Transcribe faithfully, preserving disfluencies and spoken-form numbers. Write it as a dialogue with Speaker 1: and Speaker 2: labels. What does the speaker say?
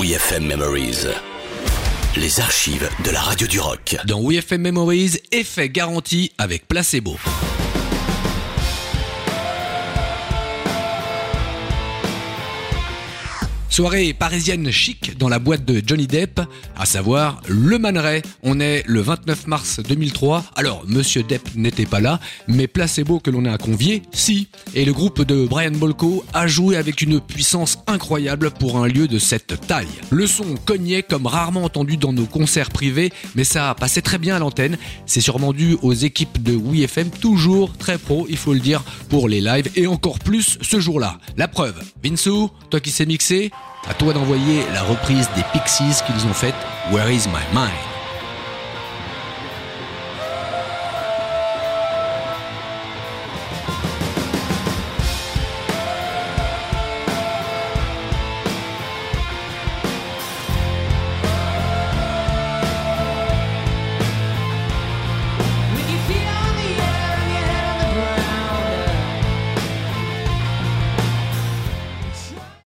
Speaker 1: We F M Memories. Les archives de la radio du rock.
Speaker 2: Dans We F M Memories, effet garanti avec Placebo. Soirée parisienne chic dans la boîte de Johnny Depp, à savoir le Man Ray. On est le vingt-neuf mars deux mille trois. Alors, Monsieur Depp n'était pas là, mais Placebo que l'on a convié, si. Et le groupe de Brian Bolko a joué avec une puissance incroyable pour un lieu de cette taille. Le son cognait comme rarement entendu dans nos concerts privés, mais ça passait très bien à l'antenne. C'est sûrement dû aux équipes de We F M, toujours très pro, il faut le dire, pour les lives, et encore plus ce jour-là. La preuve, Vinsou, toi qui sais mixer, à toi d'envoyer la reprise des Pixies qu'ils ont faite, Where Is My Mind?